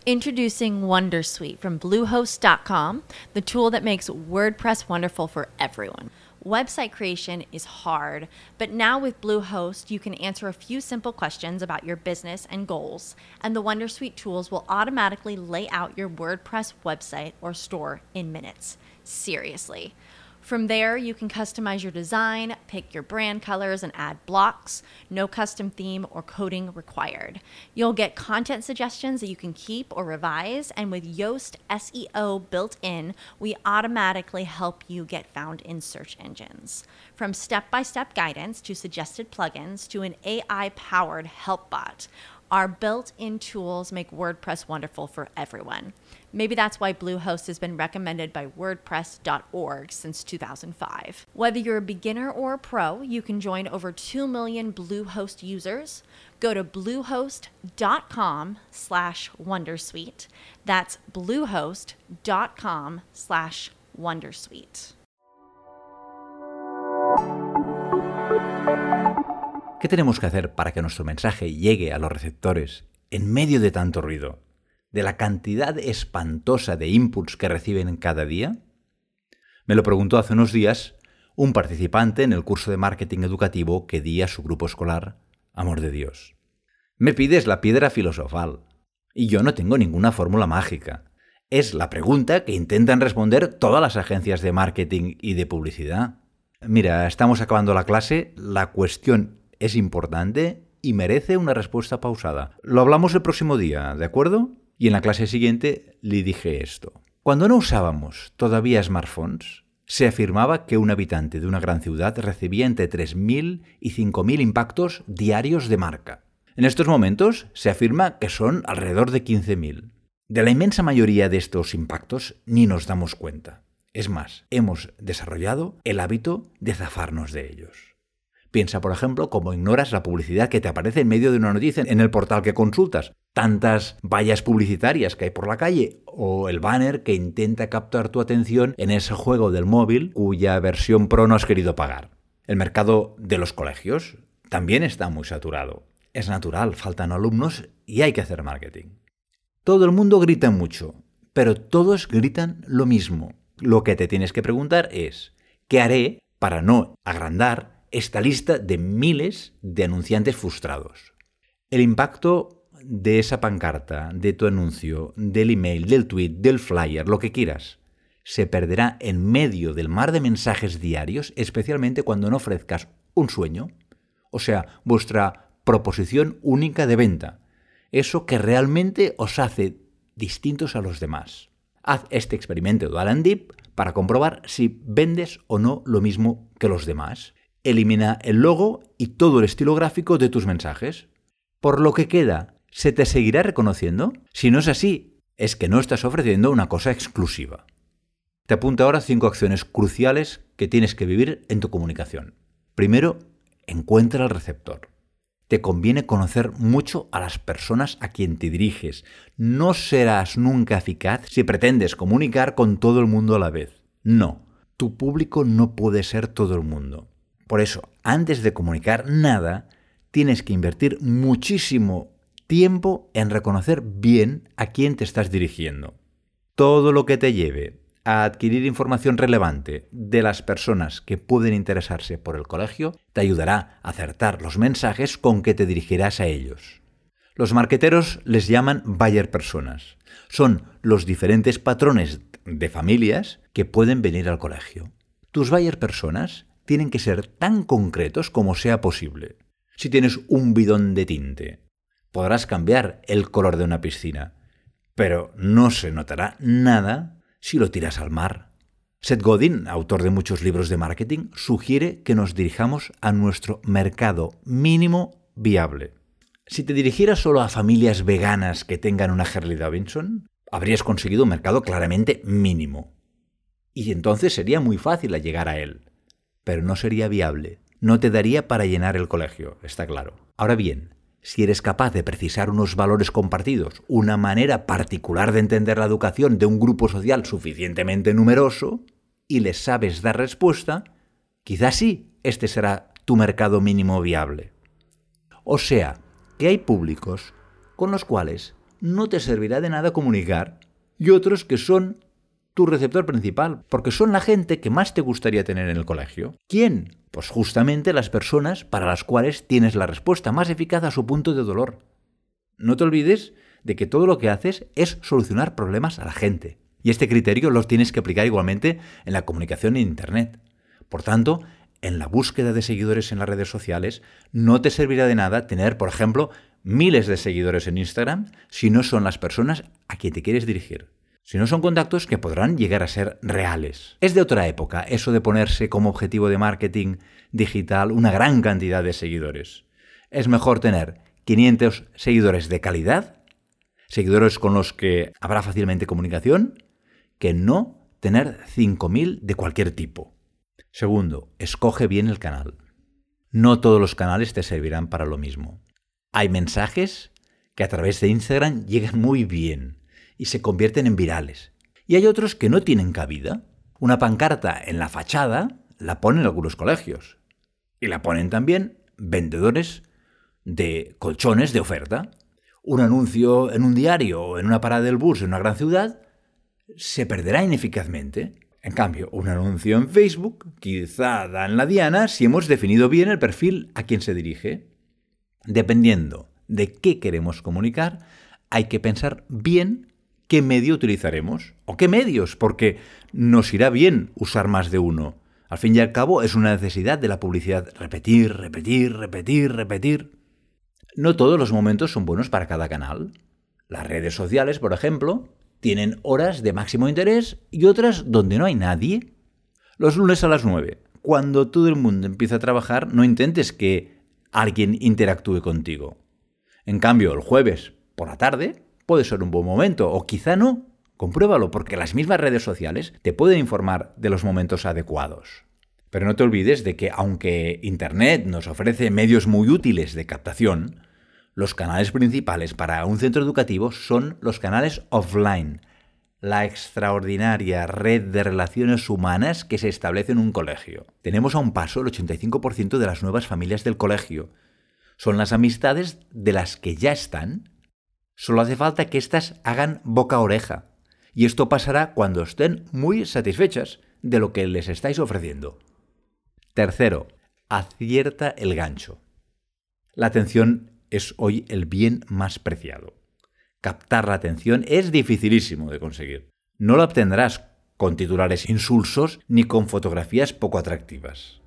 Introducing Wondersuite from Bluehost.com, the tool that makes WordPress wonderful for everyone. Website creation is hard, but now with Bluehost, you can answer a few simple questions about your business and goals, and the Wondersuite tools will automatically lay out your WordPress website or store in minutes. Seriously. From there, you can customize your design, pick your brand colors, and add blocks. No custom theme or coding required. You'll get content suggestions that you can keep or revise, and with Yoast SEO built in, we automatically help you get found in search engines. From step-by-step guidance to suggested plugins to an AI-powered help bot, our built-in tools make WordPress wonderful for everyone. Maybe that's why Bluehost has been recommended by WordPress.org since 2005. Whether you're a beginner or a pro, you can join over 2 million Bluehost users. Go to bluehost.com/wondersuite. That's bluehost.com/wondersuite. ¿Qué tenemos que hacer para que nuestro mensaje llegue a los receptores en medio de tanto ruido, de la cantidad espantosa de inputs que reciben cada día? Me lo preguntó hace unos días un participante en el curso de marketing educativo que di a su grupo escolar, Amor de Dios. Me pides la piedra filosofal, y yo no tengo ninguna fórmula mágica. Es la pregunta que intentan responder todas las agencias de marketing y de publicidad. Mira, estamos acabando la clase, la cuestión es importante y merece una respuesta pausada. Lo hablamos el próximo día, ¿de acuerdo? Y en la clase siguiente le dije esto. Cuando no usábamos todavía smartphones, se afirmaba que un habitante de una gran ciudad recibía entre 3.000 y 5.000 impactos diarios de marca. En estos momentos se afirma que son alrededor de 15.000. De la inmensa mayoría de estos impactos ni nos damos cuenta. Es más, hemos desarrollado el hábito de zafarnos de ellos. Piensa, por ejemplo, cómo ignoras la publicidad que te aparece en medio de una noticia en el portal que consultas, tantas vallas publicitarias que hay por la calle, o el banner que intenta captar tu atención en ese juego del móvil cuya versión pro no has querido pagar. El mercado de los colegios también está muy saturado. Es natural, faltan alumnos y hay que hacer marketing. Todo el mundo grita mucho, pero todos gritan lo mismo. Lo que te tienes que preguntar es, ¿qué haré para no agrandar esta lista de miles de anunciantes frustrados? El impacto de esa pancarta, de tu anuncio, del email, del tweet, del flyer, lo que quieras, se perderá en medio del mar de mensajes diarios, especialmente cuando no ofrezcas un sueño, o sea, vuestra proposición única de venta, eso que realmente os hace distintos a los demás. Haz este experimento de Alan Deep para comprobar si vendes o no lo mismo que los demás. Elimina el logo y todo el estilo gráfico de tus mensajes. Por lo que queda, ¿se te seguirá reconociendo? Si no es así, es que no estás ofreciendo una cosa exclusiva. Te apunto ahora 5 acciones cruciales que tienes que vivir en tu comunicación. Primero, encuentra el receptor. Te conviene conocer mucho a las personas a quien te diriges. No serás nunca eficaz si pretendes comunicar con todo el mundo a la vez. No, tu público no puede ser todo el mundo. Por eso, antes de comunicar nada, tienes que invertir muchísimo tiempo en reconocer bien a quién te estás dirigiendo. Todo lo que te lleve a adquirir información relevante de las personas que pueden interesarse por el colegio te ayudará a acertar los mensajes con que te dirigirás a ellos. Los marketeros les llaman buyer personas. Son los diferentes patrones de familias que pueden venir al colegio. Tus buyer personas tienen que ser tan concretos como sea posible. Si tienes un bidón de tinte, podrás cambiar el color de una piscina, pero no se notará nada si lo tiras al mar. Seth Godin, autor de muchos libros de marketing, sugiere que nos dirijamos a nuestro mercado mínimo viable. Si te dirigieras solo a familias veganas que tengan una Harley Davidson, habrías conseguido un mercado claramente mínimo. Y entonces sería muy fácil llegar a él. Pero no sería viable. No te daría para llenar el colegio, está claro. Ahora bien, si eres capaz de precisar unos valores compartidos, una manera particular de entender la educación de un grupo social suficientemente numeroso, y les sabes dar respuesta, quizás sí, este será tu mercado mínimo viable. O sea, que hay públicos con los cuales no te servirá de nada comunicar, y otros que son tu receptor principal, porque son la gente que más te gustaría tener en el colegio. ¿Quién? Pues justamente las personas para las cuales tienes la respuesta más eficaz a su punto de dolor. No te olvides de que todo lo que haces es solucionar problemas a la gente. Y este criterio lo tienes que aplicar igualmente en la comunicación en Internet. Por tanto, en la búsqueda de seguidores en las redes sociales, no te servirá de nada tener, por ejemplo, miles de seguidores en Instagram si no son las personas a quien te quieres dirigir. Si no son contactos que podrán llegar a ser reales. Es de otra época eso de ponerse como objetivo de marketing digital una gran cantidad de seguidores. Es mejor tener 500 seguidores de calidad, seguidores con los que habrá fácilmente comunicación, que no tener 5.000 de cualquier tipo. Segundo, escoge bien el canal. No todos los canales te servirán para lo mismo. Hay mensajes que a través de Instagram llegan muy bien y se convierten en virales. Y hay otros que no tienen cabida. Una pancarta en la fachada la ponen algunos colegios. Y la ponen también vendedores de colchones de oferta. Un anuncio en un diario o en una parada del bus en una gran ciudad se perderá ineficazmente. En cambio, un anuncio en Facebook quizá da en la diana si hemos definido bien el perfil a quien se dirige. Dependiendo de qué queremos comunicar, hay que pensar bien qué medio utilizaremos o qué medios, porque nos irá bien usar más de uno. Al fin y al cabo, es una necesidad de la publicidad repetir, repetir, repetir, repetir. No todos los momentos son buenos para cada canal. Las redes sociales, por ejemplo, tienen horas de máximo interés y otras donde no hay nadie. Los lunes a las 9, cuando todo el mundo empieza a trabajar, no intentes que alguien interactúe contigo. En cambio, el jueves por la tarde puede ser un buen momento, o quizá no. Compruébalo, porque las mismas redes sociales te pueden informar de los momentos adecuados. Pero no te olvides de que, aunque Internet nos ofrece medios muy útiles de captación, los canales principales para un centro educativo son los canales offline, la extraordinaria red de relaciones humanas que se establece en un colegio. Tenemos a un paso el 85% de las nuevas familias del colegio. Son las amistades de las que ya están. Solo hace falta que éstas hagan boca a oreja. Y esto pasará cuando estén muy satisfechas de lo que les estáis ofreciendo. Tercero, acierta el gancho. La atención es hoy el bien más preciado. Captar la atención es dificilísimo de conseguir. No lo obtendrás con titulares insulsos ni con fotografías poco atractivas.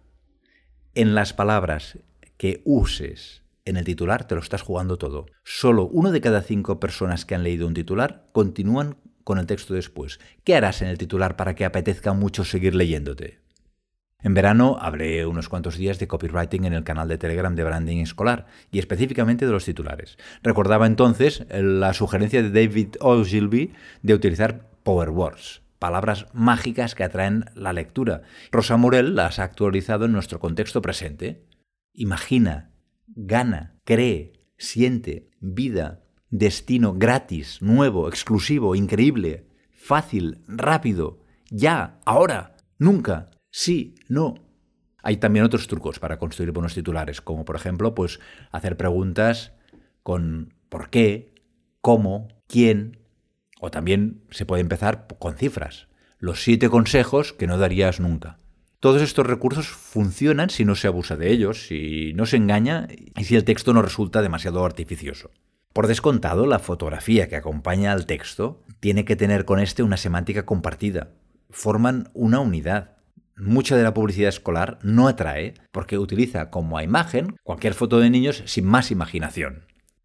En las palabras que uses en el titular te lo estás jugando todo. Solo 1 de cada 5 personas que han leído un titular continúan con el texto después. ¿Qué harás en el titular para que apetezca mucho seguir leyéndote? En verano hablé unos cuantos días de copywriting en el canal de Telegram de Branding Escolar y específicamente de los titulares. Recordaba entonces la sugerencia de David Ogilvy de utilizar power words, palabras mágicas que atraen la lectura. Rosa Morel las ha actualizado en nuestro contexto presente. Imagina, gana, cree, siente, vida, destino, gratis, nuevo, exclusivo, increíble, fácil, rápido, ya, ahora, nunca. Sí, no. Hay también otros trucos para construir buenos titulares, como por ejemplo, hacer preguntas con por qué, cómo, quién, o también se puede empezar con cifras. Los 7 consejos que no darías nunca. Todos estos recursos funcionan si no se abusa de ellos, si no se engaña y si el texto no resulta demasiado artificioso. Por descontado, la fotografía que acompaña al texto tiene que tener con este una semántica compartida. Forman una unidad. Mucha de la publicidad escolar no atrae porque utiliza como imagen cualquier foto de niños sin más imaginación.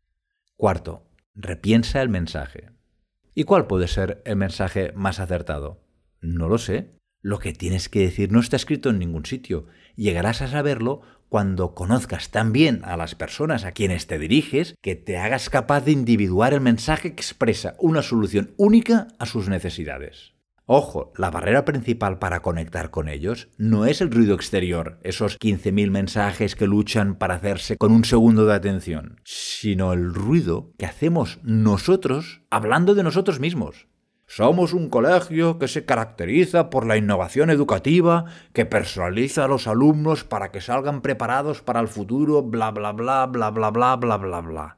Cuarto, repiensa el mensaje. ¿Y cuál puede ser el mensaje más acertado? No lo sé. Lo que tienes que decir no está escrito en ningún sitio. Llegarás a saberlo cuando conozcas tan bien a las personas a quienes te diriges que te hagas capaz de individuar el mensaje que expresa una solución única a sus necesidades. Ojo, la barrera principal para conectar con ellos no es el ruido exterior, esos 15.000 mensajes que luchan para hacerse con un segundo de atención, sino el ruido que hacemos nosotros hablando de nosotros mismos. Somos un colegio que se caracteriza por la innovación educativa, que personaliza a los alumnos para que salgan preparados para el futuro, bla bla bla bla bla bla bla bla bla.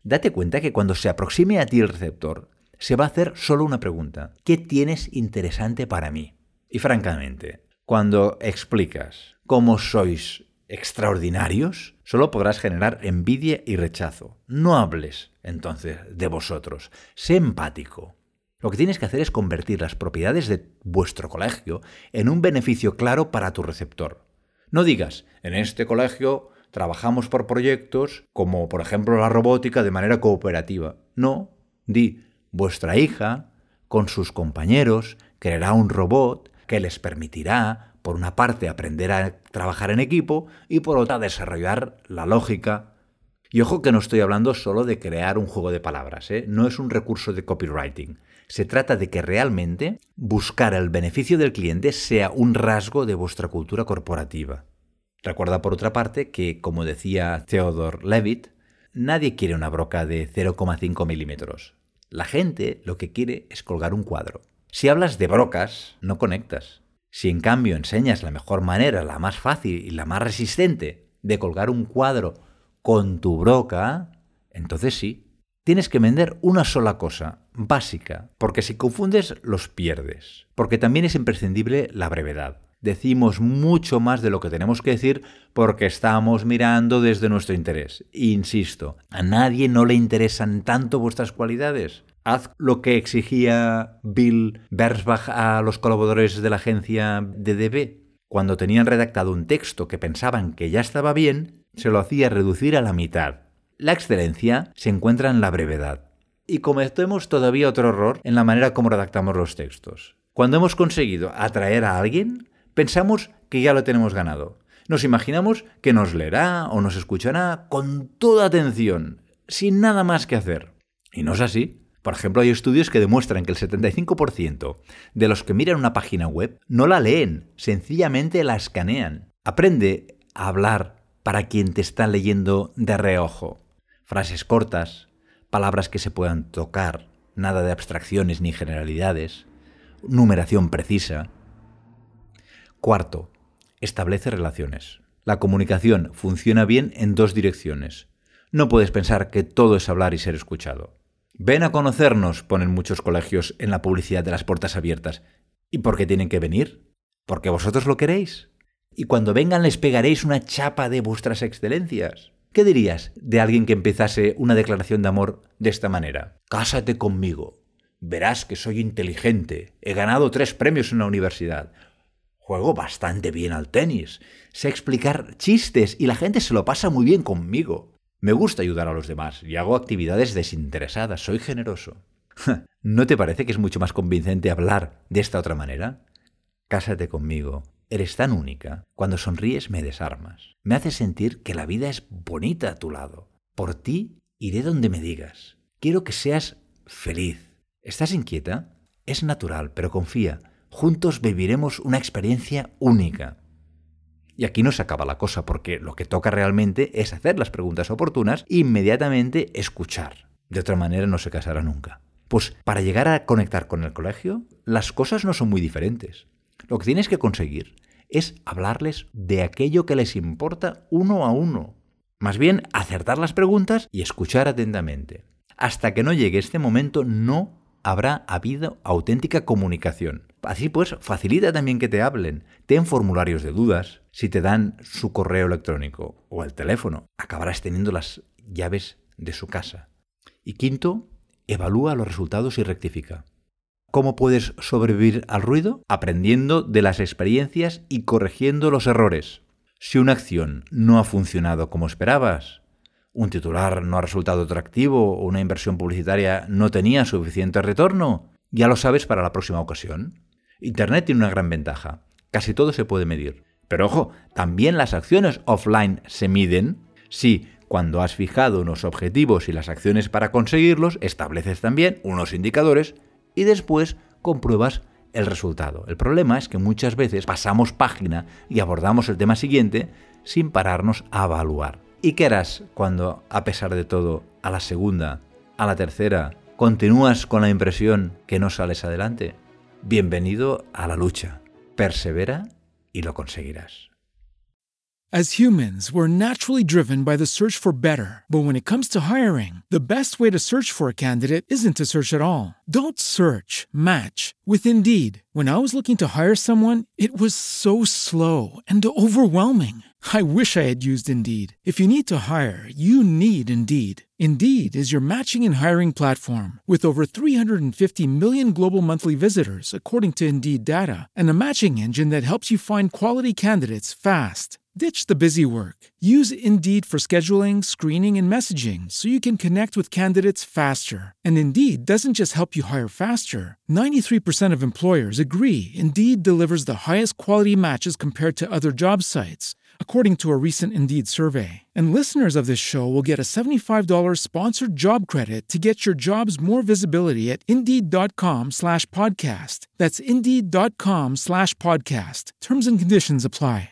Date cuenta que cuando se aproxime a ti el receptor, se va a hacer solo una pregunta. ¿Qué tienes interesante para mí? Y francamente, cuando explicas cómo sois extraordinarios, solo podrás generar envidia y rechazo. No hables, entonces, de vosotros. Sé empático. Lo que tienes que hacer es convertir las propiedades de vuestro colegio en un beneficio claro para tu receptor. No digas, en este colegio trabajamos por proyectos como, por ejemplo, la robótica de manera cooperativa. No, di, vuestra hija, con sus compañeros, creará un robot que les permitirá, por una parte, aprender a trabajar en equipo y por otra, desarrollar la lógica. Y ojo que no estoy hablando solo de crear un juego de palabras, ¿eh? No es un recurso de copywriting. Se trata de que realmente buscar el beneficio del cliente sea un rasgo de vuestra cultura corporativa. Recuerda, por otra parte, que, como decía Theodore Levitt, nadie quiere una broca de 0,5 milímetros. La gente lo que quiere es colgar un cuadro. Si hablas de brocas, no conectas. Si en cambio enseñas la mejor manera, la más fácil y la más resistente de colgar un cuadro con tu broca, entonces sí. Tienes que vender una sola cosa, básica, porque si confundes los pierdes. Porque también es imprescindible la brevedad. Decimos mucho más de lo que tenemos que decir porque estamos mirando desde nuestro interés. Insisto, a nadie no le interesan tanto vuestras cualidades. Haz lo que exigía Bill Bersbach a los colaboradores de la agencia DDB. Cuando tenían redactado un texto que pensaban que ya estaba bien, se lo hacía reducir a la mitad. La excelencia se encuentra en la brevedad. Y cometemos todavía otro error en la manera como redactamos los textos. Cuando hemos conseguido atraer a alguien, pensamos que ya lo tenemos ganado. Nos imaginamos que nos leerá o nos escuchará con toda atención, sin nada más que hacer. Y no es así. Por ejemplo, hay estudios que demuestran que el 75% de los que miran una página web no la leen, sencillamente la escanean. Aprende a hablar para quien te está leyendo de reojo. Frases cortas, palabras que se puedan tocar, nada de abstracciones ni generalidades, numeración precisa. Cuarto, establece relaciones. La comunicación funciona bien en dos direcciones. No puedes pensar que todo es hablar y ser escuchado. Ven a conocernos, ponen muchos colegios en la publicidad de las puertas abiertas. ¿Y por qué tienen que venir? ¿Porque vosotros lo queréis? Y cuando vengan les pegaréis una chapa de vuestras excelencias. ¿Qué dirías de alguien que empezase una declaración de amor de esta manera? Cásate conmigo. Verás que soy inteligente. He ganado 3 premios en la universidad. Juego bastante bien al tenis. Sé explicar chistes y la gente se lo pasa muy bien conmigo. Me gusta ayudar a los demás y hago actividades desinteresadas. Soy generoso. ¿No te parece que es mucho más convincente hablar de esta otra manera? Cásate conmigo. Eres tan única. Cuando sonríes me desarmas. Me haces sentir que la vida es bonita a tu lado. Por ti iré donde me digas. Quiero que seas feliz. ¿Estás inquieta? Es natural, pero confía. Juntos viviremos una experiencia única. Y aquí no se acaba la cosa, porque lo que toca realmente es hacer las preguntas oportunas e inmediatamente escuchar. De otra manera no se casará nunca. Pues para llegar a conectar con el colegio, las cosas no son muy diferentes. Lo que tienes que conseguir es hablarles de aquello que les importa uno a uno. Más bien, acertar las preguntas y escuchar atentamente. Hasta que no llegue este momento, no habrá habido auténtica comunicación. Así pues, facilita también que te hablen. Ten formularios de dudas. Si te dan su correo electrónico o el teléfono, acabarás teniendo las llaves de su casa. Y quinto, evalúa los resultados y rectifica. ¿Cómo puedes sobrevivir al ruido? Aprendiendo de las experiencias y corrigiendo los errores. Si una acción no ha funcionado como esperabas, un titular no ha resultado atractivo o una inversión publicitaria no tenía suficiente retorno, ya lo sabes para la próxima ocasión. Internet tiene una gran ventaja. Casi todo se puede medir. Pero ojo, también las acciones offline se miden si, cuando has fijado unos objetivos y las acciones para conseguirlos, estableces también unos indicadores y después compruebas el resultado. El problema es que muchas veces pasamos página y abordamos el tema siguiente sin pararnos a evaluar. ¿Y qué harás cuando, a pesar de todo, a la segunda, a la tercera, continúas con la impresión que no sales adelante? Bienvenido a la lucha. Persevera y lo conseguirás. As humans, we're naturally driven by the search for better. But when it comes to hiring, the best way to search for a candidate isn't to search at all. Don't search, match with Indeed. When I was looking to hire someone, it was so slow and overwhelming. I wish I had used Indeed. If you need to hire, you need Indeed. Indeed is your matching and hiring platform with over 350 million global monthly visitors, according to Indeed data, and a matching engine that helps you find quality candidates fast. Ditch the busy work. Use Indeed for scheduling, screening, and messaging so you can connect with candidates faster. And Indeed doesn't just help you hire faster. 93% of employers agree Indeed delivers the highest quality matches compared to other job sites, according to a recent Indeed survey. And listeners of this show will get a $75 sponsored job credit to get your jobs more visibility at Indeed.com/podcast. That's Indeed.com/podcast. Terms and conditions apply.